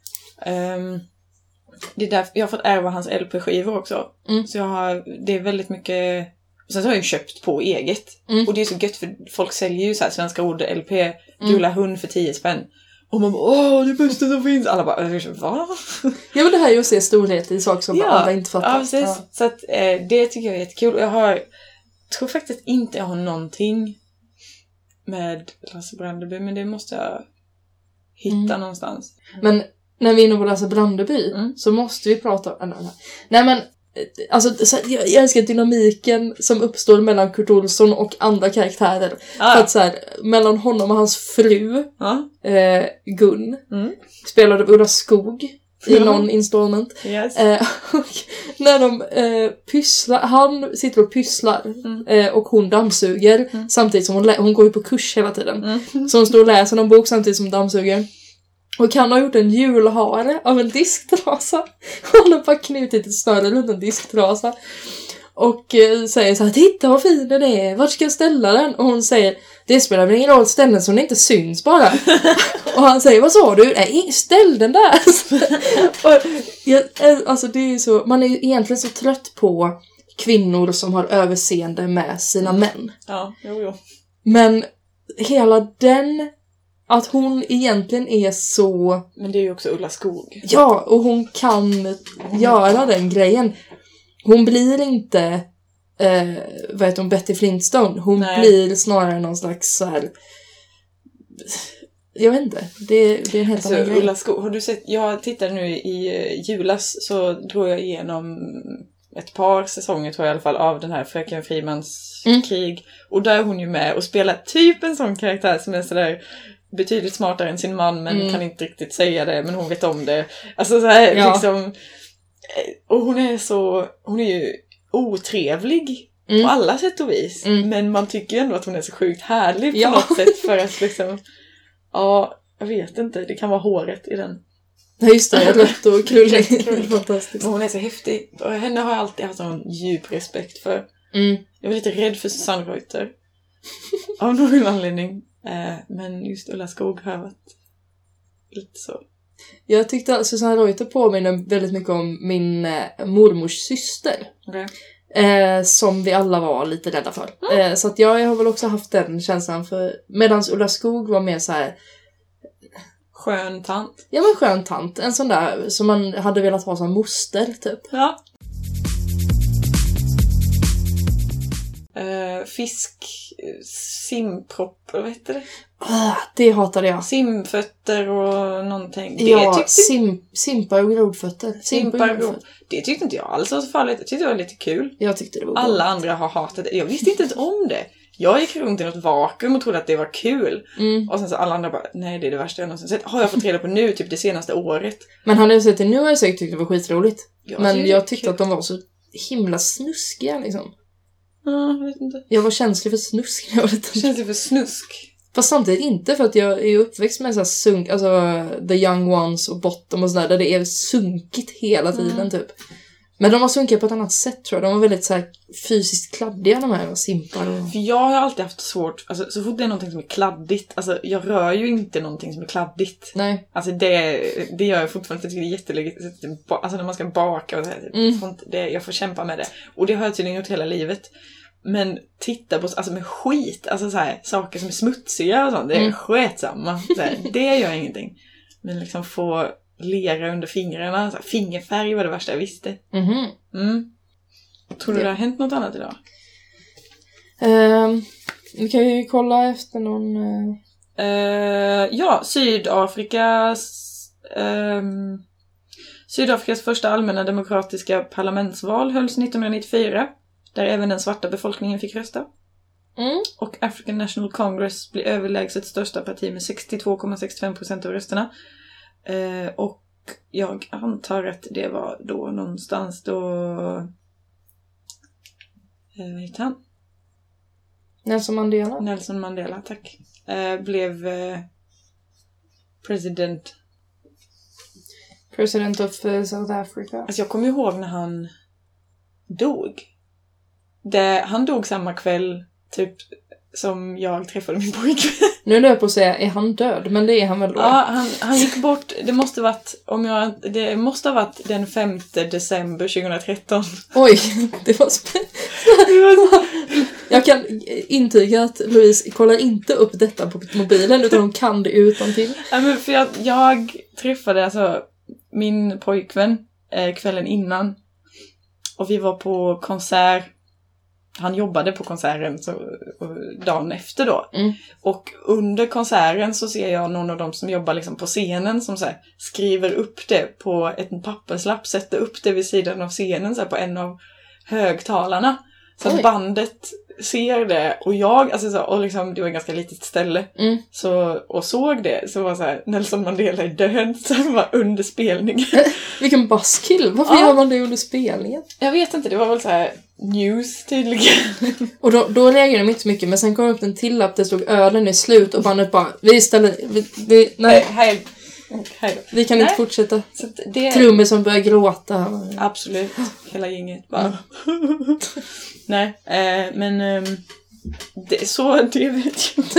det är därför jag har fått ärva hans LP-skivor också. Så det är väldigt mycket. Sen så har jag ju köpt på eget. Och det är så gött för folk säljer ju så här Svenska Ord LP, Gula hund för 10 spänn. Och man bara, det är bästa som finns. Alla bara, va? Ja, men det här är ju att se storhet i saker som alla inte fattar. Ja, precis. Ja. Så att det tycker jag är jättekul. Jag tror faktiskt inte jag har någonting med Lasse Brandeby, men det måste jag hitta någonstans. Men när vi är inne på Lasse Brandeby så måste vi prata om... Nej, men alltså, jag älskar dynamiken som uppstår mellan Kurt Olsson och andra karaktärer. För att så här, mellan honom och hans fru Gun spelad av Ulla Skog i någon installment. Yes. Och när de pysslar, han sitter och pysslar och hon dammsuger samtidigt som hon går ju på kurs hela tiden. Så hon står och läser någon bok samtidigt som dammsuger. Och han har gjort en julhare av en disktrasa. Han har bara knutit ett snöre runt en disktrasa. Och säger så här: titta vad fin den är, vart ska jag ställa den? Och hon säger: det spelar väl ingen roll, ställ den så den inte syns bara. Och han säger: vad sa du? Nej, ställ den där. Och, alltså det är så, man är ju egentligen så trött på kvinnor som har överseende med sina män. Ja, jo. Men hela den... Att hon egentligen är så... Men det är ju också Ulla Skog. Ja, och hon kan göra den grejen. Hon blir inte... vad heter hon? Betty Flintstone. Hon blir snarare någon slags så här... Jag vet inte. Det är en helt annan grej. Ulla Skog, har du sett... Jag tittade nu i julas så drog jag igenom ett par säsonger tror jag i alla fall av den här Fröken Frimans krig. Och där är hon ju med och spelar typ en sån karaktär som är sådär... betydligt smartare än sin man men kan inte riktigt säga det, men hon vet om det. Alltså så här liksom, och hon är ju otrevlig på alla sätt och vis, men man tycker ju ändå att hon är så sjukt härlig på något sätt, för att liksom jag vet inte, det kan vara håret i den. Ja, just det, rött och krullig. Fantastiskt. Men hon är så häftig, och henne har jag alltid haft en djup respekt för. Jag var lite rädd för Susanne Reuter av någon anledning. Men just Ulla Skog har varit lite så. Jag tyckte att Susanne Reuter påminner väldigt mycket om min mormors syster. Okay. Som vi alla var lite rädda för. Så att jag har väl också haft den känslan för... Medan Ulla Skog var mer så här skön tant. Ja, men skön tant. En sån där som man hade velat ha som moster, typ. Ja. Fisk, simpropp, vad heter det? Det hatade jag. Simfötter och någonting. Ja, simpar och grodfötter. Simpar och grod. Det tyckte inte jag alls var så farligt. Jag tyckte det var lite kul. Jag tyckte det var alla andra har hatat det. Jag visste inte ens om det. Jag gick runt i något vakuum och trodde att det var kul. Och sen så alla andra bara, nej det är det värsta jag någonsin sett. Har jag fått reda på nu, typ det senaste året. Men hade jag sett det nu har jag säkert tyckt det var skitroligt. Men jag tyckte kul. att de var så himla snuskiga liksom. Ja, jag vet inte. Jag var känslig för snusk när jag var liten. Känslig för snusk? Fast samtidigt inte, för att jag är uppväxt med så här sunk, alltså The Young Ones och Bottom och sådär, där det är sunkigt hela tiden typ. Men de var sunkiga på ett annat sätt, tror jag. De var väldigt så här fysiskt kladdiga, de här simpar. För jag har alltid haft svårt, alltså så fort det är någonting som är kladdigt, alltså jag rör ju inte någonting som är kladdigt. Nej. Alltså det gör jag fortfarande, det är jättelägligt. Alltså när man ska baka och det, jag får kämpa med det. Och det har jag tydligen gjort hela livet. Men titta på, alltså med skit, alltså så här, saker som är smutsiga och sånt, det är sketsamma. Det gör ingenting. Men liksom få lera under fingrarna, så här, fingerfärg var det värsta jag visste. Tror du det har hänt något annat idag? Vi kan ju kolla efter någon... Ja, Sydafrikas första allmänna demokratiska parlamentsval hölls 1994. Där även den svarta befolkningen fick rösta. Och African National Congress blir överlägset största parti med 62,65% av rösterna. Och jag antar att det var då någonstans då... vad heter han? Nelson Mandela, tack. Blev President of South Africa. Alltså jag kommer ihåg när han dog. Han dog samma kväll typ som jag träffade min pojkvän. Nu är jag på att säga, är han död? Men det är han väl då? Ja, han gick bort. Det måste ha varit den 5 december 2013. Oj, det var spännande. Jag kan intyga att Louise kollar inte upp detta på mobilen, utan hon kan det utantill. Ja, men för jag träffade alltså min pojkvän kvällen innan. Och vi var på konsert. Han jobbade på konserten dagen efter då. Och under konserten så ser jag någon av dem som jobbar liksom på scenen som så här, skriver upp det på en papperslapp, sätter upp det vid sidan av scenen så här, på en av högtalarna. Så att bandet ser det och jag, alltså så, och liksom, det var ett ganska litet ställe så, och såg det, så var så här, Nelson Mandela är död, så det var under spelningen. Vilken buskill, varför gör man det under spelningen? Jag vet inte, det var väl så här news tydligen. Och då reagerade de inte så mycket, men sen kom upp en till lapp, det stod ölen är slut och bandet bara, nej. Hej. Vi kan inte fortsätta. Trummor som börjar gråta. Absolut, hela gänget bara. Nej, men det vet jag inte.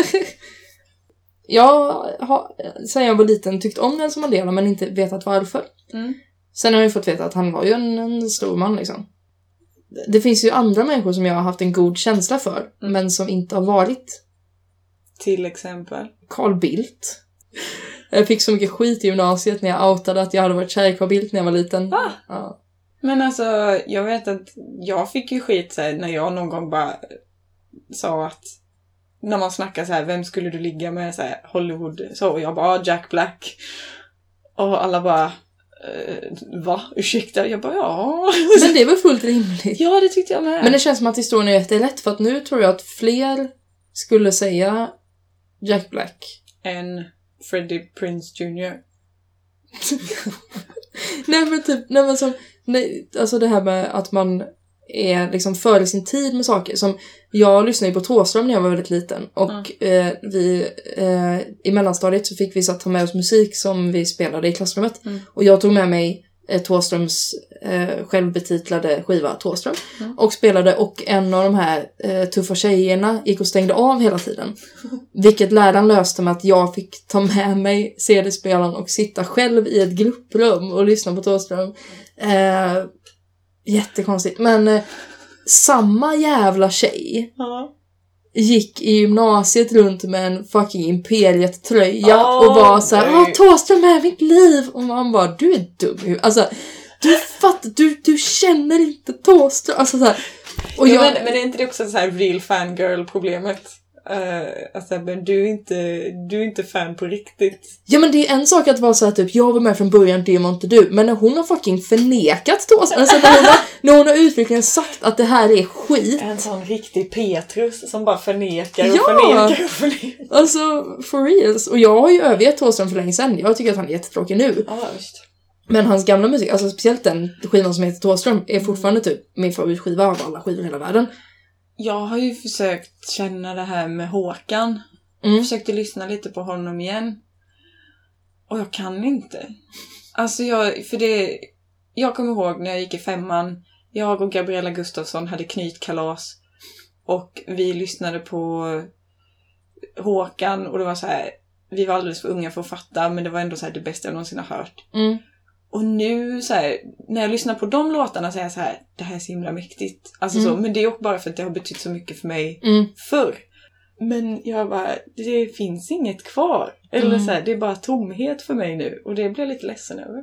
Jag har, sen jag var liten, tyckt om Nelson Mandela men inte vetat varför. Sen har jag fått veta att han var ju en stor man liksom. Det finns ju andra människor som jag har haft en god känsla för, men som inte har varit. Till exempel? Carl Bildt. Jag fick så mycket skit i gymnasiet när jag outade att jag hade varit kär i Carl Bildt när jag var liten. Ja. Men alltså, jag vet att jag fick ju skit så här, när jag någon gång bara sa att när man snackar så här, vem skulle du ligga med så här, Hollywood, så och jag bara Jack Black. Och alla bara va? Ursäkta? Jag bara ja. Men det var fullt rimligt. Ja, det tyckte jag med. Men det känns som att historien är jättelätt, för att nu tror jag att fler skulle säga Jack Black än Freddie Prinze Jr. Alltså det här med att man är liksom före sin tid med saker. Som jag lyssnade på Thåström när jag var väldigt liten. Och vi i mellanstadiet så fick vi ta med oss musik som vi spelade i klassrummet. Och jag tog med mig Thåströms självbetitlade skiva Thåström och spelade, och en av de här tuffa tjejerna gick och stängde av hela tiden, vilket läraren löste med att jag fick ta med mig CD-spelaren och sitta själv i ett grupprum och lyssna på Thåström. Jättekonstigt, men samma jävla tjej gick i gymnasiet runt med en fucking Imperiet-tröja och var så här, Thåström är mitt liv. Och man bara, du är dum. Alltså, du fattar, du känner inte Thåström. Alltså så här. Och men är inte det också så här real fangirl-problemet? Alltså, men du är inte fan på riktigt. Ja, men det är en sak att vara så här typ, jag var med från början, det var inte du. Men när hon har fucking förnekat Thåström, alltså när hon har uttryckligen sagt att det här är skit. En sån riktig Petrus som bara förnekar och förnekar. Alltså, for reals. Och jag har ju övergett Thåström för länge sedan. Jag tycker att han är jättetråkig nu. Ja, just. Men hans gamla musik, alltså speciellt den skivan som heter Thåström, är fortfarande typ min favoritskiva av alla skivor i hela världen. Jag har ju försökt känna det här med Håkan. Jag försökte lyssna lite på honom igen. Och jag kan inte. Alltså jag kommer ihåg när jag gick i 5:an. Jag och Gabriella Gustafsson hade knytkalas. Och vi lyssnade på Håkan. Och det var så här, vi var alldeles för unga för att fatta. Men det var ändå så här det bästa jag någonsin har hört. Och nu så här, när jag lyssnar på de låtarna så är jag så här, det här är så himla mäktigt. Alltså så, men det är också bara för att det har betytt så mycket för mig förr. Men jag bara, det finns inget kvar. Eller så här, det är bara tomhet för mig nu. Och det blir jag lite ledsen över.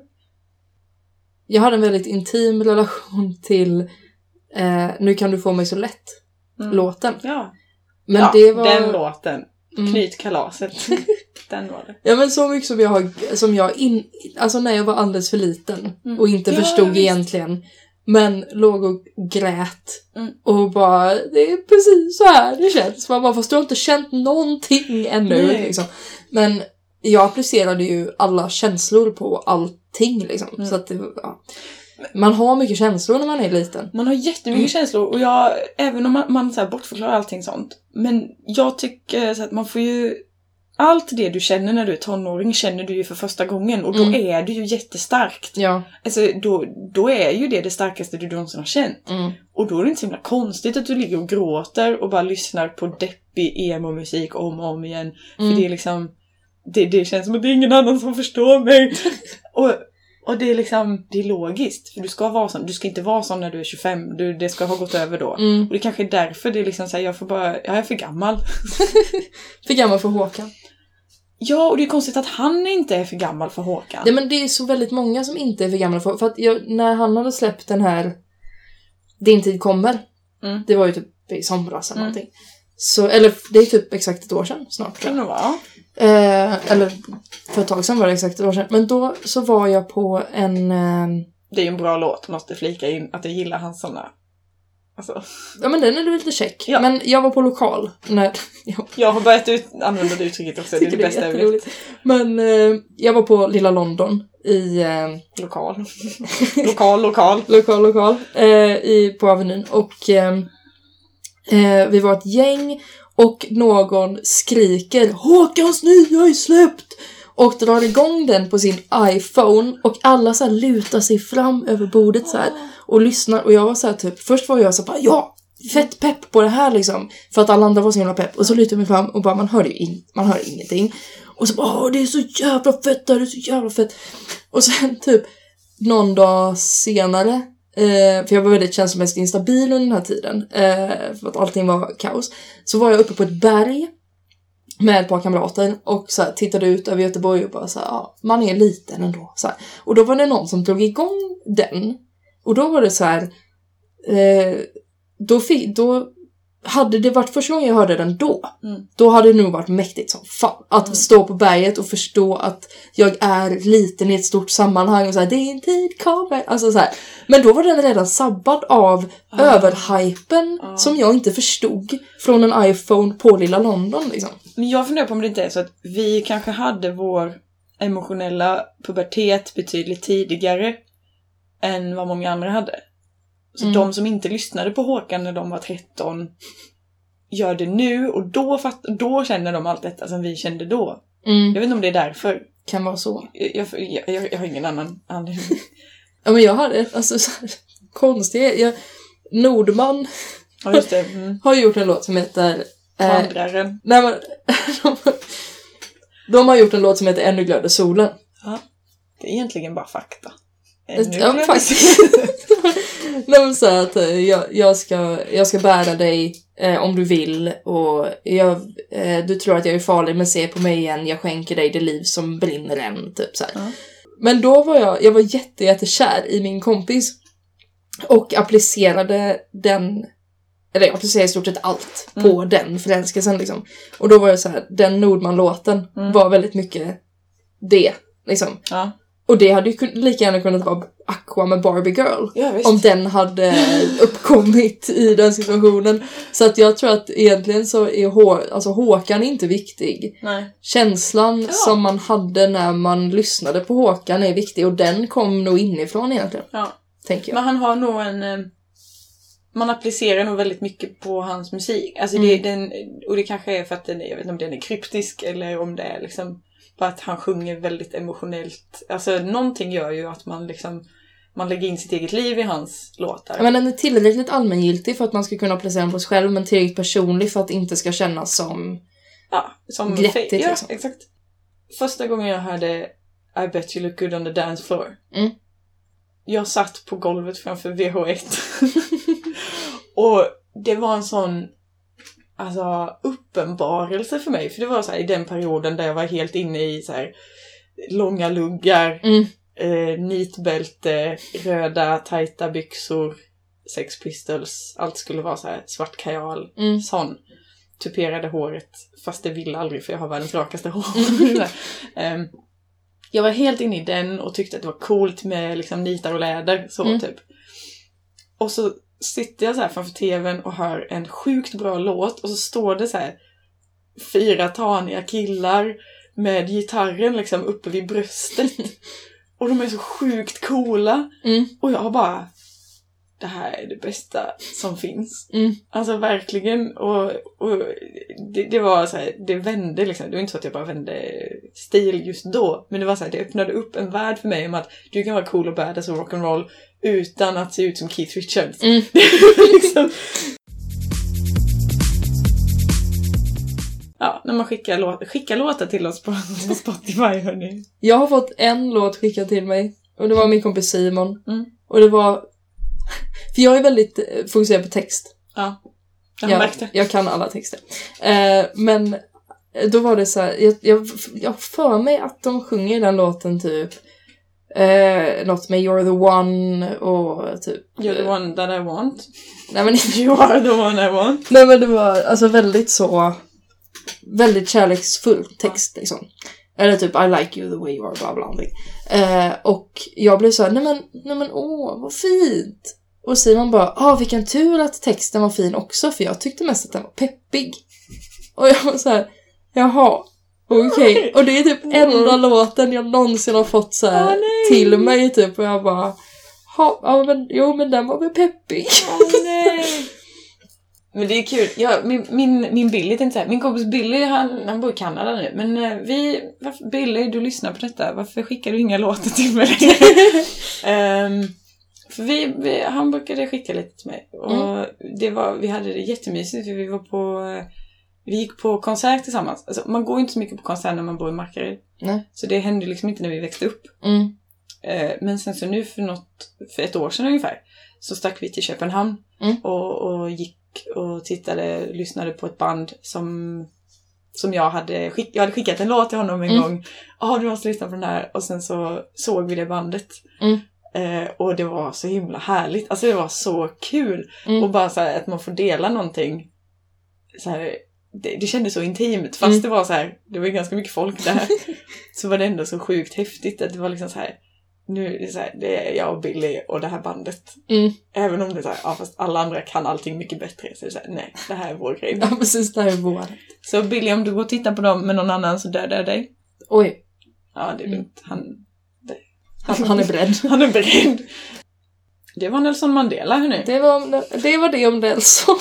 Jag hade en väldigt intim relation till Nu kan du få mig så lätt låten. Ja, men det var... den låten. Knytkalaset. Den var det. Ja, men så mycket som jag alltså när jag var alldeles för liten och inte förstod egentligen, men låg och grät och bara, det är precis så här det känns. Man bara, fast du har inte känt någonting ännu liksom. Men jag applicerade ju alla känslor på allting liksom. Så att man har mycket känslor när man är liten. Man har jättemycket känslor. Och även om man så här bortförklarar allting sånt. Men jag tycker så att man får ju... Allt det du känner när du är tonåring känner du ju för första gången. Och då är det ju jättestarkt. Ja. Alltså då är ju det starkaste du någonsin har känt. Och då är det inte så himla konstigt att du ligger och gråter och bara lyssnar på deppig emo-musik om och om igen. För det är liksom... Det känns som att det är ingen annan som förstår mig. Och det är liksom, det är logiskt. För du ska vara sån. Du ska inte vara sån när du är 25. Det ska ha gått över då. Och det kanske är därför det är liksom så här, jag är för gammal. För gammal för Håkan. Ja, och det är konstigt att han inte är för gammal för Håkan. Ja, men det är så väldigt många som inte är för gamla för att när han hade släppt den här Din tid kommer. Det var ju typ i somras eller någonting. Så, eller det är typ exakt ett år sedan snart. Kan det vara? Eller för ett tag sedan var det exakt ett år sedan. Men då så var jag på en... Det är ju en bra låt, måste flika in att jag gillar hans såna. Alltså. Ja, men den är lite check. Ja. Men jag var på lokal. Jag har börjat använda det uttrycket också. Det är det bästa jag vet. Men jag var på Lilla London i... Lokal. På Avenyn. Och vi var ett gäng. Och någon skriker Håkans nya är släppt! Och drar igång den på sin iPhone. Och alla så här lutar sig fram över bordet så här. Och lyssnar. Och jag var så här typ. Först var jag så bara, ja! Fett pepp på det här liksom. För att alla andra var så himla pepp. Och så lutar jag mig fram och bara, man hör ingenting. Och så bara, det är så jävla fett där, det är så jävla fett. Och sen typ någon dag senare. För jag var väldigt känslomässigt instabil under den här tiden. För att allting var kaos. Så var jag uppe på ett berg. Med ett par kamrater. Och så här, tittade ut över Göteborg och bara så här, ja, man är liten ändå. Så här. Och då var det någon som drog igång den. Och då var det så här. Då hade det varit första gången jag hörde den då. Då hade det nog varit mäktigt som fan. Att stå på berget och förstå att jag är liten i ett stort sammanhang. Och så här, din tid kommer. Alltså så här. Men då var den redan sabbad av överhypen som jag inte förstod från en iPhone på Lilla London liksom. Men jag funderar på om det inte är så att vi kanske hade vår emotionella pubertet betydligt tidigare än vad många andra hade. Så de som inte lyssnade på Håkan när de var 13 gör det nu och då känner de allt detta som vi kände då. Jag vet inte om det är därför. Kan vara så. Jag har ingen annan anledning. Ja, men jag hade alltså så här, konstigt. Nordman just det. har gjort en låt som heter Vandraren. Nej, men de har gjort en låt som heter Ännu glöder solen. Ja. Det är egentligen bara fakta. Ja, faktiskt. Nej, men så att jag ska bära dig om du vill, och du tror att jag är farlig, men se på mig igen, jag skänker dig det liv som brinner än, typ så här. Men då var jag var jättekär i min kompis och applicerade jag applicerade i stort sett allt på den förälskelsen liksom. Och då var det så här, den Nordman-låten var väldigt mycket det liksom. Ja. Och det hade ju lika gärna kunnat vara Aqua med Barbie Girl. Ja, om den hade uppkommit i den situationen. Så att jag tror att egentligen så är Håkan inte viktig. Nej. Känslan som man hade när man lyssnade på Håkan är viktig. Och den kom nog inifrån egentligen. Ja. Tänker jag. Men han har nog man applicerar nog väldigt mycket på hans musik. Alltså och det kanske är för att jag vet inte om den är kryptisk eller om det är liksom bara att han sjunger väldigt emotionellt. Alltså någonting gör ju att man lägger in sitt eget liv i hans låtar. Men den är tillräckligt allmängiltig för att man ska kunna applicera den på sig själv, men tillräckligt personlig för att det inte ska kännas som glättigt. Ja, liksom. Exakt. Första gången jag hörde I bet you look good on the dance floor. Jag satt på golvet framför VH1. Och det var en sån uppenbarelse för mig. För det var så här, i den perioden där jag var helt inne i så här, långa luggar, nitbälte, röda tajta byxor, Sex Pistols. Allt skulle vara så här svart kajal, sån. Tuperade håret, fast det vill aldrig för jag har världens rakaste hår. Jag var helt inne i den och tyckte att det var coolt med liksom nitar och läder, så typ. Och så sitter jag så här framför tvn och hör en sjukt bra låt och så står det så här 4 taniga killar med gitarren liksom uppe vid bröstet. Och de är så sjukt coola. Och jag bara, det här är det bästa som finns. Alltså verkligen. Och det var så här, det vände liksom. Det var inte så att jag bara vände stil just då. Men det var så här, det öppnade upp en värld för mig om att du kan vara cool och badass och rock'n'roll utan att se ut som Keith Richards. Liksom. Ja, när man skickar låtar till oss på Spotify, hörni. Jag har fått en låt skickad till mig. Och det var min kompis Simon. Och det var... För jag är väldigt fokuserad på text. Ja, jag kan alla texter. Men då var det så här... Jag för mig att de sjunger den låten typ... något med You're the one och typ... You're the one that I want. Nej, men You are the one I want. Nej, men det var alltså väldigt kärleksfull text liksom. Eller typ I like you the way you are, bla bla bla. Och jag blev så här, nej men vad fint. Och Simon bara, vilken tur att texten var fin också, för jag tyckte mest att den var peppig. Och jag var så här, jaha, okej. Och det är typ enda låten jag någonsin har fått så här till mig typ, och jag bara, men den var väl peppig. Nej. Men det är kul. Ja, min Billy tänkte så här, min kompis Billy, han bor i Kanada nu. Men Billy, du lyssnar på detta. Varför skickar du inga låtar till mig? För han brukade skicka lite till mig. Och vi hade det jättemysigt, för vi gick på konsert tillsammans. Alltså, man går inte så mycket på konsert när man bor i Markaryd. Nej. Så det hände liksom inte när vi växte upp. Men sen så nu för 1 år sedan ungefär, så stack vi till Köpenhamn och gick och lyssnade på ett band som jag hade skickat en låt till honom en gång. Du måste lyssna på den här. Och sen så såg vi det bandet. Och det var så himla härligt. Alltså det var så kul. Och bara så här, att man får dela någonting så här, det kändes så intimt. Fast det var så här, det var ganska mycket folk där. Så var det ändå så sjukt häftigt att det var liksom så här, nu är det så här, det är jag och Billy och det här bandet. Även om det är så här, fast alla andra kan allting mycket bättre. Så det är så här, nej, det här är vår grej. Ja, precis, det här är vår. Så Billy, om du går och tittar på dem med någon annan så dödar dig. Oj. Ja, det är lugnt. Han är beredd. Han är beredd. Det var Nelson Mandela, hörni. Det var det om Nelson.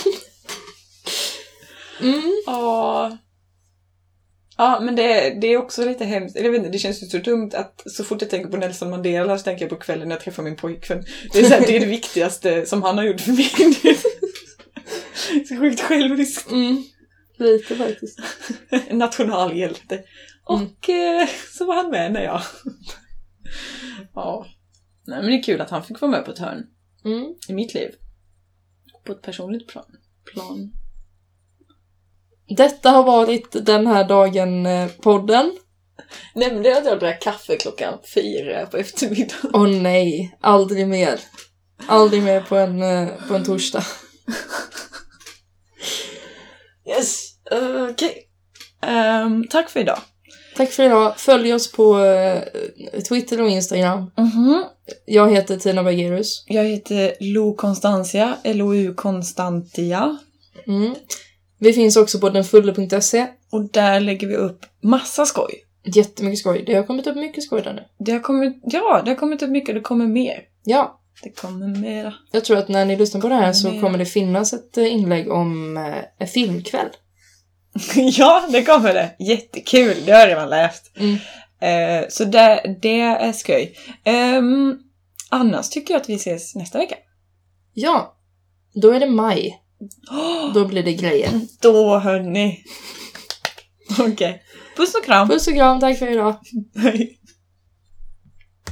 Ja, men det är också lite hemskt. Jag vet inte, det känns ju så dumt att så fort jag tänker på Nelson Mandela så tänker jag på kvällen när jag träffar min pojkvän. Det är det viktigaste som han har gjort för mig. Så sjukt själviskt. Lite faktiskt. En nationalhjälte. Och så var han med när jag... Ja. Nej, men det är kul att han fick vara med på ett hörn. I mitt liv. På ett personligt plan. Detta har varit den här dagen podden. Nämnde jag att jag drack kaffe 4:00 på eftermiddagen? Åh nej, aldrig mer. Aldrig mer på en torsdag. Yes, okej. Tack för idag. Tack för idag. Följ oss på Twitter och Instagram. Jag heter Tina Bergerus. Jag heter Lou Constantia, Lou Constantia. Vi finns också på denfulle.se. Och där lägger vi upp massa skoj. Jättemycket skoj. Det har kommit upp mycket skoj där nu. Det har kommit upp mycket. Det kommer mer. Ja. Det kommer mera. Jag tror att när ni lyssnar på det här så kommer det finnas ett inlägg om en filmkväll. Ja, det kommer det. Jättekul. Det har jag redan läst. Så det är skoj. Annars tycker jag att vi ses nästa vecka. Ja. Då är det maj. Då blir det grejer. Då hörni. Okej. Puss och kram. Puss och kram. Tack för idag. Hej.